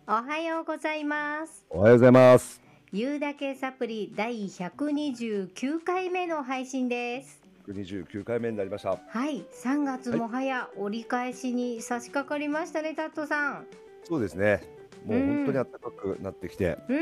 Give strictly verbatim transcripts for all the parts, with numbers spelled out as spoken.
おはようございます。 おはようございます。 言うだけサプリ第ひゃくにじゅうきゅうかいめの配信です。 ひゃくにじゅうきゅうかいめになりました。 はい、さんがつはい、 もはや折り返しに差し掛かりましたね、タットさん。 そうですね。 うもう本当にん、 暖かくなってきて、 うん。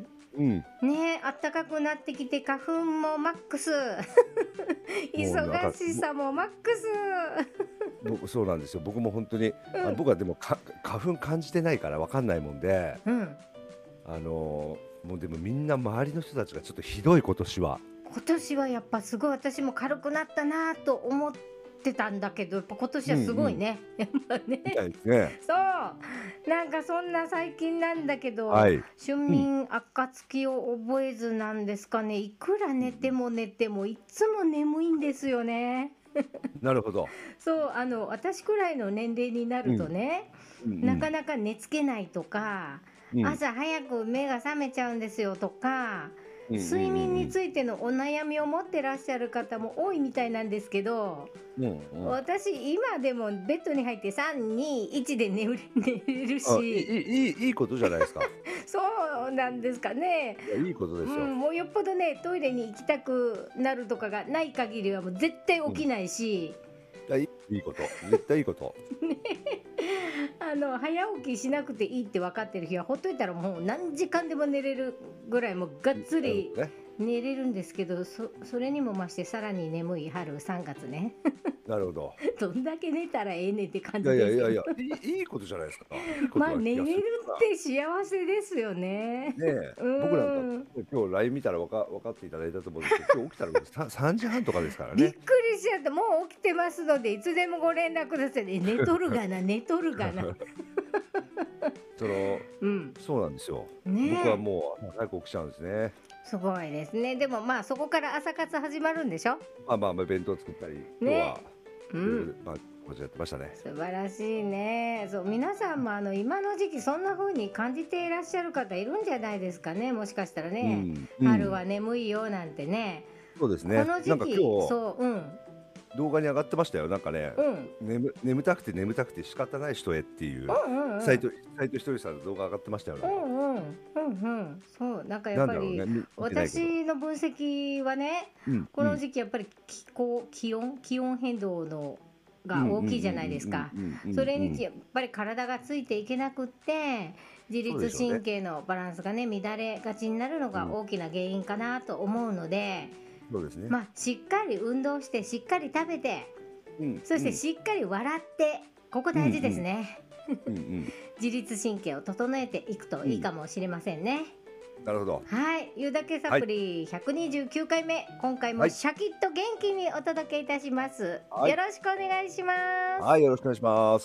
うん、 ねえ、暖かくなってきて花粉もマックス。 もうなんか、 忙しぼさもマックス。 僕そうなんですよ。僕も本当に、あのうん、 僕はでもか花粉感じてないからわかんないもんで、 うん。 あのもうでもみんな周りの人たちがちょっとひどい今年は。 今年はやっぱすごい私も軽くなったなと思ってたんだけど、やっぱ今年はすごうんうん。 いね。やっぱね。 みたいですね。 そうなんかそんな最近なんだけど、 はい。 春うん。 眠暁を覚えずなんですかね。いくら寝ても寝てもいつも眠いんですよね。 なるほど。 そうあの私くらいの年齢になるとうん。 ね、 うんうん。 なかなか寝つけないとか、 うん。 朝早く目が覚めちゃうんですよとか、 うんうん睡眠にうんついてのお悩みを持ってらっしゃる方も多いみたいなんですけど、 うん。うんうん。 私今でもベッドに入ってさんにいちで眠れ寝れるあ、いいし、 いいいいいことじゃないですか。 そうなんですかね。 いや、いいことですよ。 うん、もうよっぽどねトイレに行きたくなるとかがない限りはもう絶対うん。い起きないし、 や、いいいいこと。絶対いいこと。 あの早起きしなくていいって分かってる日はほっといたらもう何時間でも寝れるぐらいもうがっつりなるほどね。 寝れるんですけど、そそれにも増してさらに眠い春さんがつね。 なるほど。 どんだけ寝たらええねんって感いやじですけど。 いやいやいや、いいいいことじゃないですか。いいことまあな気がする寝れるな。 って幸せですよね。 ねえ、 う僕なんか、 ーん。 今日 ライン 見たらわか分かっていただいたと思うんですけど、今日起きたのがささんじはんとかですからびっくね。 りしちゃった。もう起きてますのでいつでもご連絡ください。え寝とるがな寝とるがな。 その、 うん。 そうなんですよ。僕はねえ。 もう早く起きちゃうんですね。 すごいですね。でもまあそこから朝活始まるんでしょ。 まあまあ、ま、弁当作ったり、今日ね。 はうん。 いろいろ、まあ、こうやってましたね。 素晴らしいね。そう、皆さんもあの今の時期そんな風に感じていらっしゃる方いるんじゃないですかね。もしかしたらね、 うん、うん。 春は眠いよなんてね。 そうですね。 このなん時期、 か今日、 そう、うん、 動画に上がってましたよ。なんかね、 うん、 眠眠たくて眠たくて仕方ない人へっていうう、 んうんうん。 サイトサイトひとりさんの動画上がってましたよ、なんか。 うんうんうんうん、そうなんかやっぱりなんだろうね、み見てないけど。 私の分析はね、 うんこうん。 の時期やっぱり気候気温気温変動のがうんうんうん大きいじゃないですうんか。 うんうんうんうん。 それにやっぱり体がついていけなくって自律そうでしょうね。 神経のバランスがね乱れがちになるのうん、 が大きな原因かなと思うので、 そうですね。 まあしっかり運動してしっかり食べて、 うんうん。 そしてしっかり笑って、ここうんう大事ですん。 ね。 うんうん。 自律神経を整えていくとうん。 いいかもしれませんね。 なるほど。 はい、言うだけサはい。 プリひゃくにじゅうきゅうかいめ、今回はい。 もシャキッと元気にお届けいたします。 はい。 よろしくお願いします。 はい、よろしくお願いします。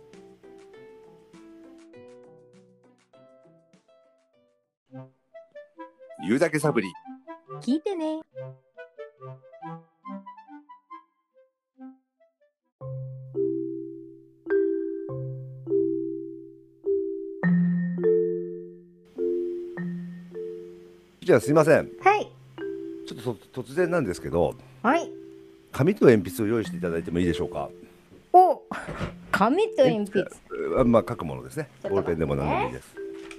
言うだけサブリ。 聞いてね。 じゃあすいません。 はい、 ちょっとと突然なんですけど、 はい。 紙と鉛筆を用意していただいてもいいでしょうか。 お、紙と鉛筆鉛筆。 か、あまあ書くものですね。 ちょっと待っボールペンでもてね。 何でもいいです。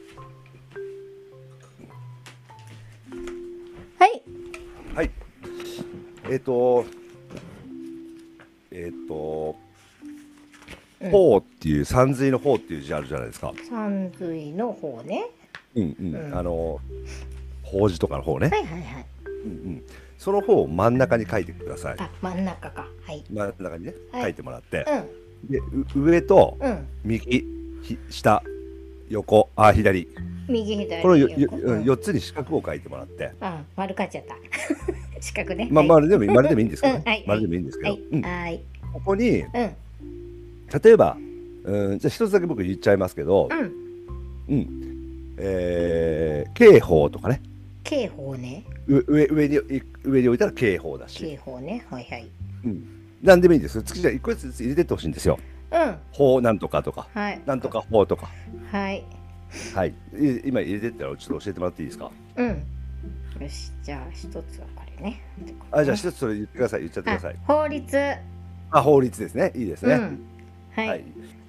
はい。 はい。えっ、と、えっ、と、 うん。 ほうっていう、さんずいのほうっていう字あるじゃないですか。 三髄の方ね。 うんうん。あうん。 の、法事とかの方ね。 はいはいはい。 うんうん。その方を真ん中に書いてください。 あ、真ん中か。はい。 真ん中にね、 はい。 書いてもらって。 うん。 で、う上とうん。 右、ひ下、横、あ、左。 右このよ左横。うん。 よよっつに四角を書いてもらって。 あ、丸書いちゃった。四角ね。 まあ、 はい。 丸でもいい、丸でもいいんですうん。 けどね。 はいはい。 丸でもいいんですけど。 はい。 うん。 はい。 ここに、 うん。 例えば、うん、じゃあ一つだけ僕言っちゃいますけど、 うん。 うん。えー、刑法とかね。 警報ね。 う上上にい上に置いたら刑法だし。 警報ね。はいはい。 うん。なんでもいいんです。月じゃ一個ずつ入れてってほしいんですよ。 うん。 法なんとかとか、 はい。 なんとか法とか。 はい。 はい。い今入れてったらちょっと教えてもらっていいですか。 うん。よし。じゃあ一つはこれね。こあ、じゃあれね。 一つそれ言ってください。言っちゃってくだあ、 さい。 法律。 あ、法律ですね。いいですね。 うん。ははい。 い。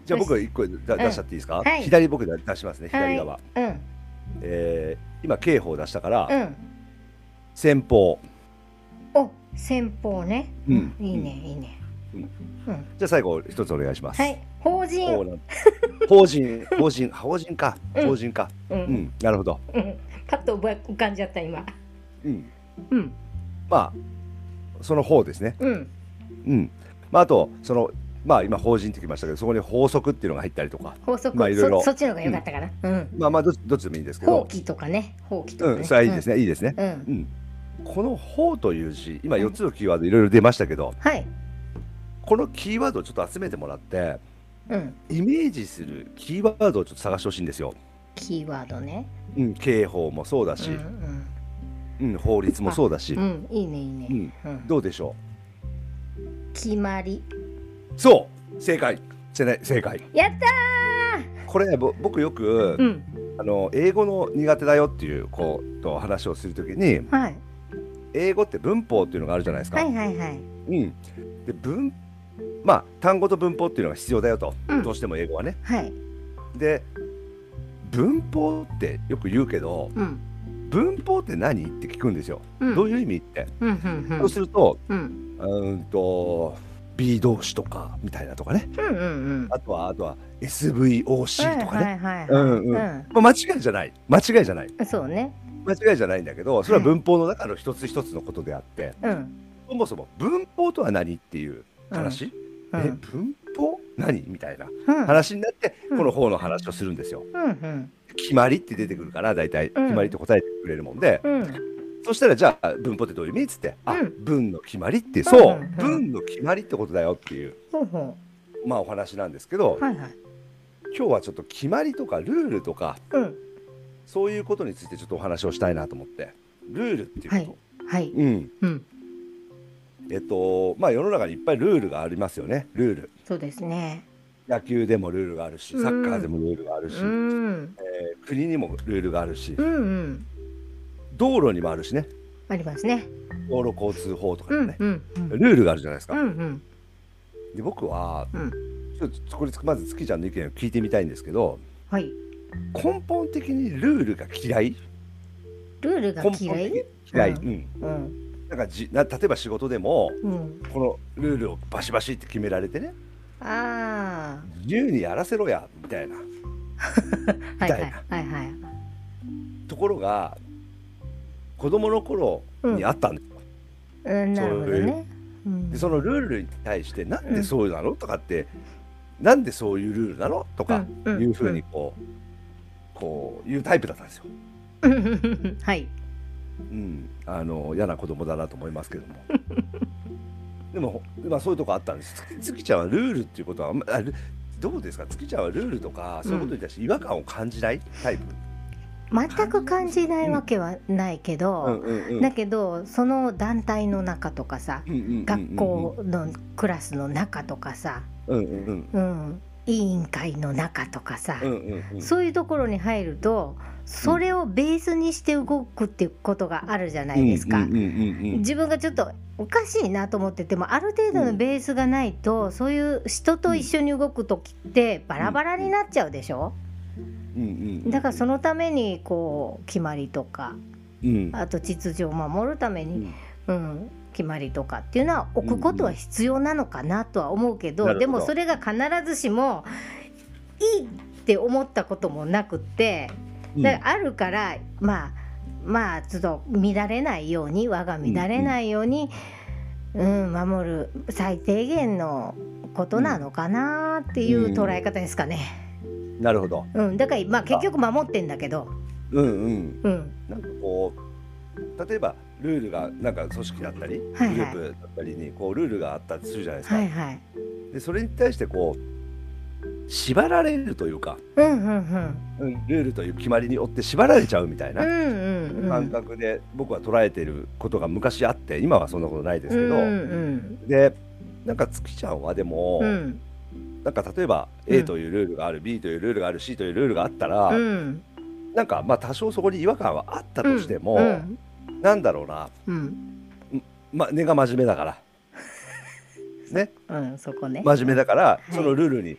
じゃあよし僕一個出出しちゃっていいですか、 はい左僕出出しますね、左側。 はいうんえー今刑法出したから、 うん先方。 お先方ね、 うんいいねいいねうんうんじゃあ最後一つお願いします。 はい法人法なん法人、法人、法人か、 うん法人か。 ううんん、なるほど。 うんパッと浮かんじゃった今うん。 うんまあ、その法ですね。 うんうん。まあ、あと、その、まあ、今法人ってきましたけど、そこに法則っていうのが入ったりとか。 法則、 まあいろいろそそっちの方が良かったかなうんまあまあどっち、どっちでもいいんですけど。 法規とかね法規とかねうん、それはいいですね、いいですね。 うん、 うん。この法という字、今よっつのキーワードいろいろ出ましたけど、 はいこのキーワードをちょっと集めてもらって、 うんイメージするキーワードをちょっと探してほしいんですよ。 キーワードねうん、刑法もそうだし、 うんうん、法律もそうだしう、ん、うん、いいねいいね、 うんうん、 どうでしょ決まりう。そう正解じゃない正解。 やったこれね、ぼ僕よく、 ーうんあの英語の苦手だよっていう子と話をするときに、 はい英語って文法っていうのがあるじゃないですか。 はいはいはいうん、で文まあ単語と文法っていうのが必要だよと、 うんどうしても英語はね。 はいで文法ってよく言うけど、 うん文法って何って聞くんですよ。 うんどういう意味って。 うんうんうんそうするとうんうーんと B 動詞とかみたいなとかね。 うんうんうんあとはあとは エスブイオーシー とかね。 はいはいはいうんはいうんまあ、間違いじゃない間違いじゃないうんそうね間違いじゃないんだけど、それは文法の中の一つ一つのことであって、 うんそもそも文法とは何っていう話、 うんえ文法何みたいなうん話になって、 うんこの方の話をするんですよ。 うんうん決まりって出てくるから大体うん決まりって答えてくれるもんで、 うんそしたらじゃあ文法ってどういう意味っつって、あうん文の決まりってそう、 うんうんうん文の決まりってことだよっていうほうほまあお話なんですけど、 うはいはい今日はちょっと決まりとかルールとかうんそういうことについてちょっとお話をしたいなと思って。ルールっていうこと、 はいはいうんうんえっとまあ世の中にいっぱいルールがありますよね。ルール、 そうですね野球でもルールがあるし、サッカーでもルールがあるし、 うんえー国にもルールがあるし、 うんうん道路にもあるしね。 ありますね道路交通法とかうんね、 うんうんルールがあるじゃないですか。 うんうんで僕はうんちょっとこれまず月ちゃんの意見を聞いてみたいんですけど、 はい根本的にルールが嫌いルールが根本的嫌いに嫌い、 ううんんうんなんかじな例えば仕事でもうんこのルールをバシバシって決められてね、 あ自由にやらせろやみたいなあはいはいみたはいはいところが子供の頃にあったんですよ。 うんなるほどそういうねうんでそのルールに対してなんでそうなのとかって、なんでそういうルールなのとかうんうんいうふうにこう、こういうタイプだったんですよ。 はいうん、あの嫌な子供だなと思いますけどもでも、まあ、そういうとこあったんです。つきちゃんはルールっていうことはあんまあルどうですか。つきちゃんはルールとかそういうことに対して違和感を感じないタイプ、 全く感じないわけはないけうんどうんうんだけどその団体の中とかさうんうんうんうん学校のクラスの中とかさうんうんうんうん委員会の中とかさうんうんうんそういうところに入るとそれをベースにして動くっていうことがあるじゃないですか。 うんうんうんうん自分がちょっとおかしいなと思っててもある程度のベースがないと、そういう人と一緒に動く時ってバラバラになっちゃうでしょ。 うんうんだからそのためにこう決まりとかうんあと秩序を守るために、 うんうん、決まりとかっていうのは置くことは必要なのかなとは思うけど、 なるほどでもそれが必ずしもいいって思ったこともなくってだからあるからまあまあちょっと乱れないように輪が乱れないように、うん守る最低限のことなのかなっていう捉え方ですかね。 なるほど。 うん、だからまあ結局守ってんだけど、 うんうんうんなんかこう例えばルールがなんか組織だったりグルはいはいープだったりにこうルールがあったりするじゃないですか。 はいはいでそれに対してこう縛られるというか、 うんうんうんうんルールという決まりによって縛られちゃうみたいうんなうんうん感覚で僕は捉えていることが昔あって今はそんなことないですけど、 うんうんでなんか月ちゃんはでも、 うんなんか例えばうん A というルールがある、B というルールがある C というルールがあったら、 うんなんかまあ多少そこに違和感はあったとしても、 うんなんだろうな、 うんま、根が真面目だからねうんそこね真面目だから、 いそのルールに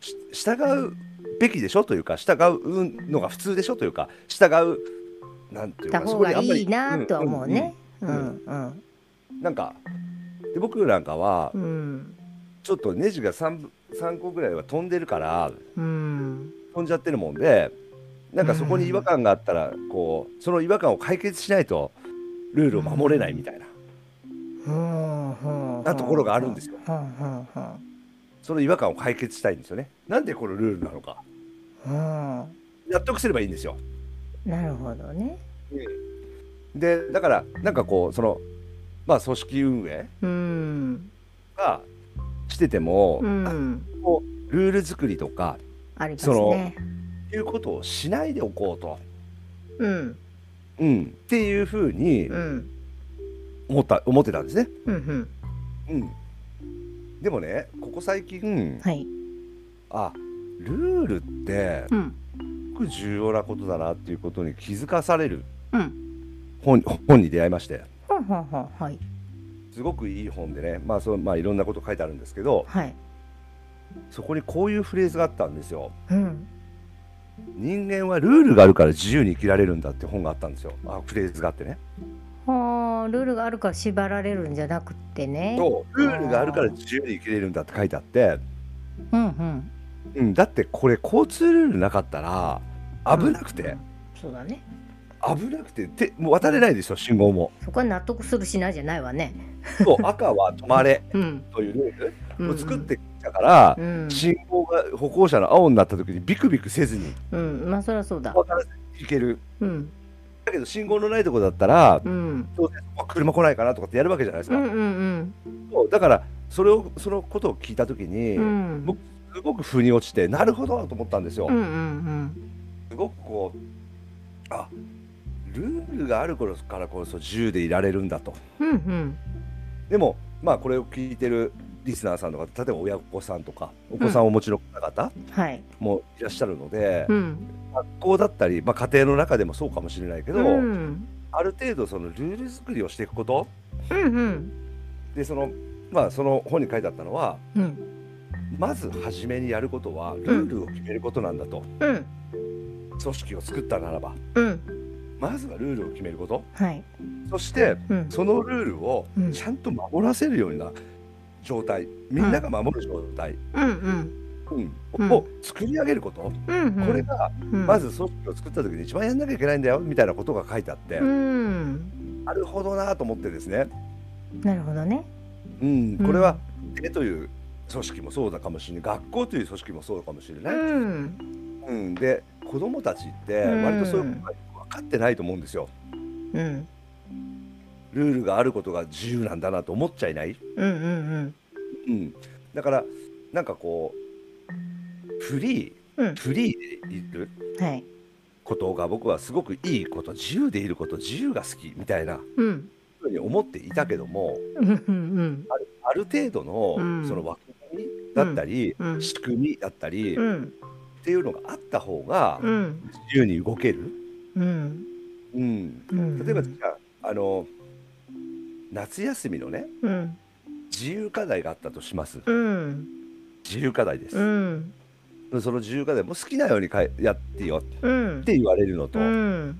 し従うべきでしょというか、従うのが普通でしょというか、従うなんていうか、そた方がこにあんまり、 いいなうんとは思うね。ううんうんんうんなんかで僕なんかはうんちょっとネジが 3, 3個ぐらいは飛んでるからうん飛んじゃってるもんで、なんうかそこに違和ん感があったらこうその違和感を解決しないとルールを守れないみたいなほうほうなところほうがあるんですよ。 ほうほうほその違和感を解決したいんですよね。なんでこのルールなのかうほ納得すればいいんですよ。 うなるほどね。 でだからなんかこうそのまあ組織運営うんがしてても、 うあんこうルール作りとかありますそのね。 いうことをしないでおこうと、 うんうん、っていうふうにうん思った思ってたんですね。 うんうんうん、でもねここ最近はいあルールってうんすごく重要なことだなっていうことに気づかされるうん本本に出会いまして、 ほうほうほうはいすごくいい本でね、まあそのまあ、いろんなこと書いてあるんですけど、 はいそこにこういうフレーズがあったんですよ。 うん人間はルールがあるから自由に生きられるんだって本があったんですよ。あフレーズがあってね。 はあルールがあるから縛られるんじゃなくってね。 そうルールがあるから自由に生きれるんだって書いてあって、 うんうんうん、だってこれ交通ルールなかったら危なくて、 そうだね。 危なくててもう渡れないですよ信号も。 そこは納得するしないじゃないわね。 そう赤は止まれうんというルーうんルを作ってきたから、 うん信号が歩行者の青になった時にビクビクせずにうんまあそりゃそうだ。 渡らせていける。 うんだけど信号のないとこだったら、 うん当然そこは車来ないかなとかってやるわけじゃないですか。 うんうんそうだからそれをそのことを聞いた時に、 うんうん僕すごく腑に落ちてなるほどと思ったんですよ。 うんうんすごくこうあルールがある頃からこそ自由でいられるんだと。 うんうんでもまあこれを聞いてるリスナーさんとか例えば親御さんとかお子さんをお持ちの方はいもいらっしゃるので、 うん学校だったり、まあ、家庭の中でもそうかもしれないけど、 うんある程度そのルール作りをしていくことうんうんでそのまあその本に書いてあったのはうんまず初めにやることはルールを決めることなんだと。 うん組織を作ったならばうんまずはルールを決めること、 はいそしてうんそのルールをうんちゃんと守らせるような状態、みんなが守る状態、 うんうんうんうんを作り上げること、 うんうんこれがうんまず組織を作った時に一番やんなきゃいけないんだよみたいなことが書いてあって、 うんなるほどなと思ってですね、 なるほどね。 うん、これは手という組織もそうだかもしれない、学校という組織もそうかもしれうない、 んうん、で子供たちってうん割とそういうことが分かってないと思うんですよ。 うんルールがあることが自由なんだなと思っちゃいない、 うんうんうん、だからなんかこうフリうんーフリーでいるはいことが僕はすごくいいこと、自由でいること、自由が好きみたいなうんふうに思っていたけども、 うんうんある、ある程度のうんその枠組みだったり、 うん仕組みだったり、っうんていうのがあった方がうん自由に動ける、 うんうん、 うん例えばじゃあ、あの夏休みのねうん自由課題があったとします。 うん自由課題です、 うんその自由課題も好きなようにかいやっていいよっうんて言われるのと、 うん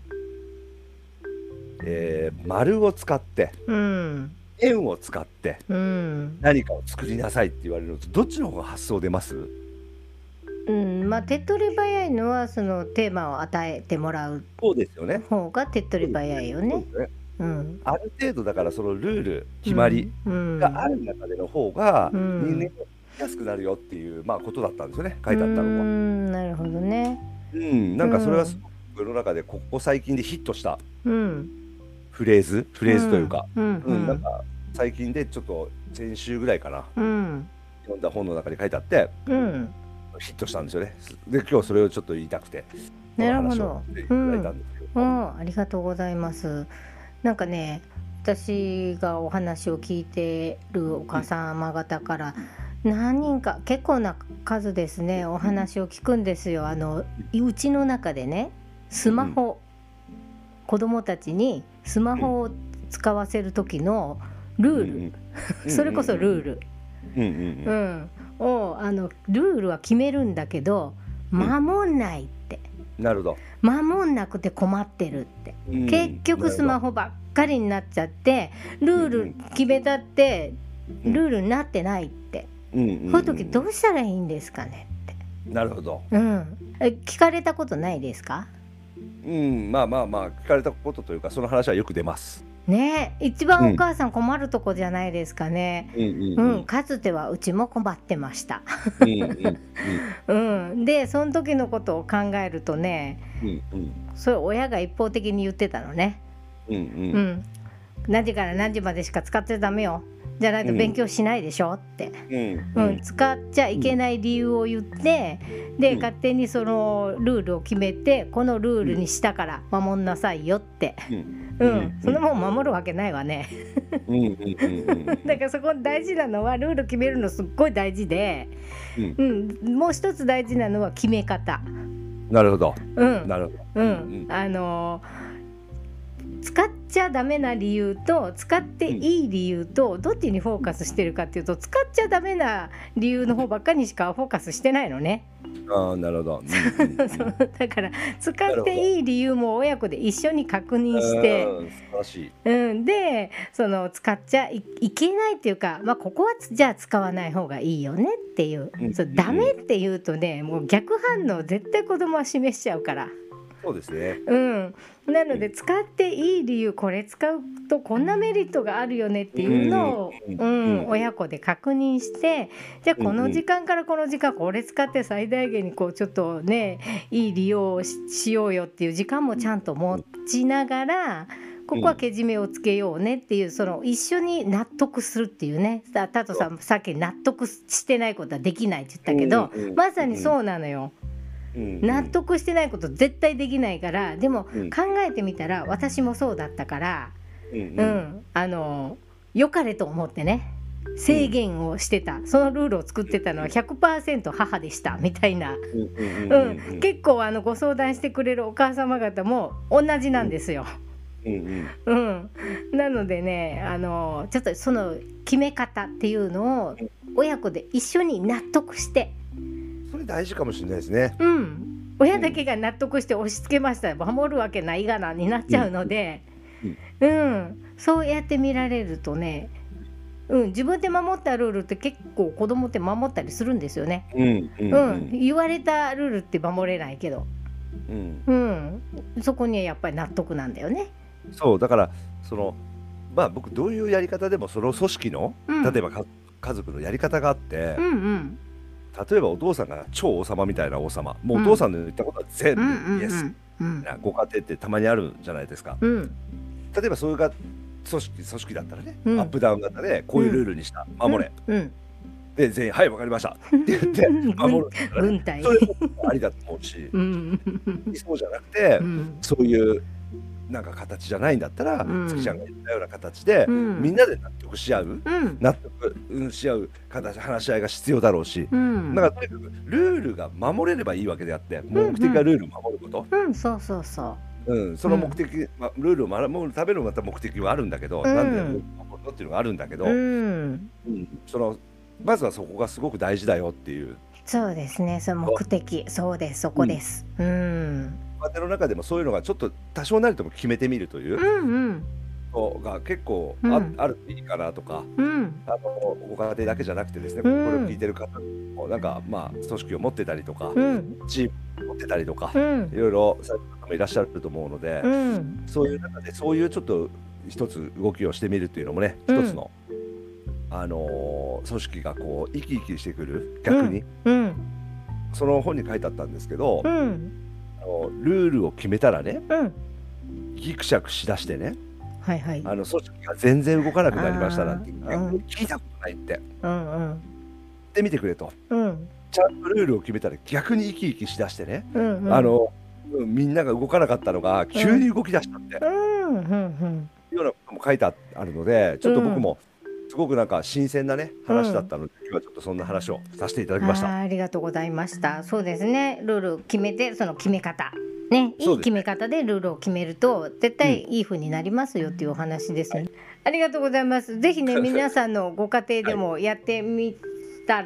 えー丸を使ってうん円を使ってうん何かを作りなさいって言われるのとどっちの方が発想出ます？ うんまあ手っ取り早いのはそのテーマを与えてもらうそうですよね。 方が手っ取り早いよね。 そうですね。 うんある程度だからそのルール決まりうんがある中での方がうん人間が生きやすくなるよっていうまあことだったんですよね、書いてあったうのは。 んなるほどね。 うん、なんかそれはすごく世の中でここ最近でヒットしたうんフレーズフレーズというか、 うんううん、なんんか最近でちょっと先週ぐらいかなうん読んだ本の中に書いてあってうんヒットしたんですよね。で今日それをちょっと言いたくてなるほどこの話をしていただいたんですけど、 うんありがとうございます。なんかね私がお話を聞いてるお母様方から何人か結構な数ですねお話を聞くんですよ。あのうちの中でねスマホ、子供たちにスマホを使わせる時のルール、 うんうんそれこそルール、 うんうんうんをあのルールは決めるんだけど守んないって、 なるほど。 守んなくて困ってるって、 うん、 結局スマホばっかりになっちゃってルール決めたってルールになってないって、うんうんうん、そういう時どうしたらいいんですかねって。 なるほど、 うん、え聞かれたことないですか？ うん、まあまあまあ聞かれたことというかその話はよく出ますね。一番お母さん困るとこじゃないですかね。うん、うんうん、かつてはうちも困ってましたうん、うんうん、でその時のことを考えるとね、うんうん、それ親が一方的に言ってたのね、うんうんうん、何時から何時までしか使っちゃダメよ、じゃないと勉強しないでしょって、うんうんうん、使っちゃいけない理由を言って、うん、で勝手にそのルールを決めてこのルールにしたから守んなさいよって、うんうん、そのもん守るわけないわねだからそこ大事なのはルール決めるのすっごい大事で、うんうん、もう一つ大事なのは決め方。 なるほど、 うん、なるほど、うんうん、あのー使っちゃダメな理由と使っていい理由とどっちにフォーカスしてるかっていうと使っちゃダメな理由の方ばっかりしかフォーカスしてないのね。 ああ、なるほど、 うんうんうん、そうだから使っていい理由も親子で一緒に確認して、 素晴らしい、 うん、でその使っちゃ い, いけないっていうか、まあ、ここはじゃあ使わない方がいいよねっていう、うん、そうダメっていうとねもう逆反応絶対子供は示しちゃうから。 そうですね、 うん、なので使っていい理由これ使うとこんなメリットがあるよねっていうのを、うんうんうん、親子で確認してじゃあこの時間からこの時間これ使って最大限にこうちょっとねいい利用を し, しようよっていう時間もちゃんと持ちながらここはけじめをつけようねっていうその一緒に納得するっていうね。タトさんさっき納得してないことはできないって言ったけど、うんうん、まさにそうなのよ。うんうん、納得してないこと絶対できないからでも考えてみたら私もそうだったから、うんうんうん、あの良かれと思ってね制限をしてた、うん、そのルールを作ってたのは ひゃくパーセント 母でしたみたいな、うんうん、結構あのご相談してくれるお母様方も同じなんですよ、うんうんうん、なのでねあのちょっとその決め方っていうのを親子で一緒に納得してそれ大事かもしれないですね、 うん、親だけが納得して押し付けましたら守るわけないがなになっちゃうので、うんうん、そうやって見られるとね、うん、自分で守ったルールって結構子供って守ったりするんですよね、うんうんうん、言われたルールって守れないけど、うんうん、そこにはやっぱり納得なんだよね。 そうだからそのまあ僕どういうやり方でもその組織の、うん、例えば家族のやり方があって、うんうん例えばお父さんが超王様みたいな王様もうお父さんの言ったことは全部イエスなご家庭ってたまにあるじゃないですか、うん、例えばそういうが組織、組織だったらね、うん、アップダウン型でこういうルールにした、うん、守れ、うん、で全員はい分かりましたって言って守るんだから、ね、軍隊そういうことありだと思うし、うん、そうじゃなくて、うん、そういうなんか形じゃないんだったら、うん、月ちゃんが言ったような形で、うん、みんなで納得し合う、うん、納得し合う形話し合いが必要だろうし、うん、だからとにかくルールが守れればいいわけであって、うんうん、目的はルールを守ること、 うん、そうそうそう、 うん、その目的、うんま、ルールを守るためのまた目的はあるんだけど、うん、なんで守るのっていうのがあるんだけど、うんうん、そのまずはそこがすごく大事だよっていう。 そうですね、その目的、そうです、そこです、うん、うん家庭の中でもそういうのがちょっと多少なりとも決めてみるというのが結構 あ,、うん、あるといいかなとか、うん、あのご家庭だけじゃなくてですね、うん、これを聞いてる方もなんかまあ組織を持ってたりとか、うん、チームを持ってたりとか、うん、いろいろされる方もいらっしゃると思うので、うん、そういう中でそういうちょっと一つ動きをしてみるっていうのもね一つの、うんあのー、組織がこう生き生きしてくる逆に、うんうん、その本に書いてあったんですけど、うんルールを決めたらね、うん、ギクシャクしだしてね、はいはい、あの組織が全然動かなくなりましたなんて、うん、聞いたことないって、うんうん、言ってみてくれと、うん、ちゃんとルールを決めたら逆に生き生きしだしてね、うんうん、あのみんなが動かなかったのが急に動き出したって、うんうんうん、いうようなことも書いてあるのでちょっと僕もすごくなんか新鮮なね話だったので、うん、今日はちょっとそんな話をさせていただきました。 あ, ありがとうございました。そうですね、ルール決めてその決め方ね、いい決め方でルールを決めると絶対いい風になりますよっていうお話ですね、うん、ありがとうございます。ぜひね皆さんのご家庭でもやってみたら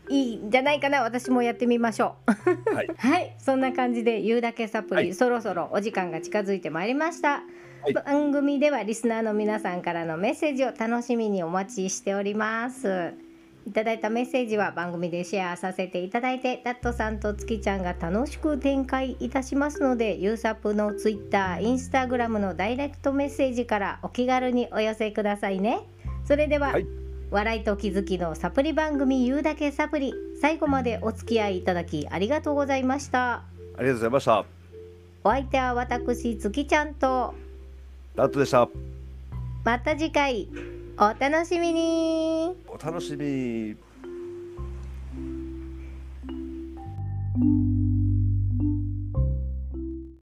いいんじゃないかな。私もやってみましょう。 はい。 はい、そんな感じで言うだけサプリ、 はい。 そろそろお時間が近づいてまいりました。 はい。 番組ではリスナーの皆さんからのメッセージを楽しみにお待ちしております。いただいたメッセージは番組でシェアさせていただいて、ダットさんと月ちゃんが楽しく展開いたしますので、ユーサップのツイッター、インスタグラムのダイレクトメッセージからお気軽にお寄せくださいね。それでは、 はい。 笑いと気づきのサプリ番組言うだけサプリ、最後までお付き合いいただきありがとうございました。 ありがとうございました。 お相手は私月ちゃんと、 ダットでした。 また次回お楽しみに。 お楽しみに。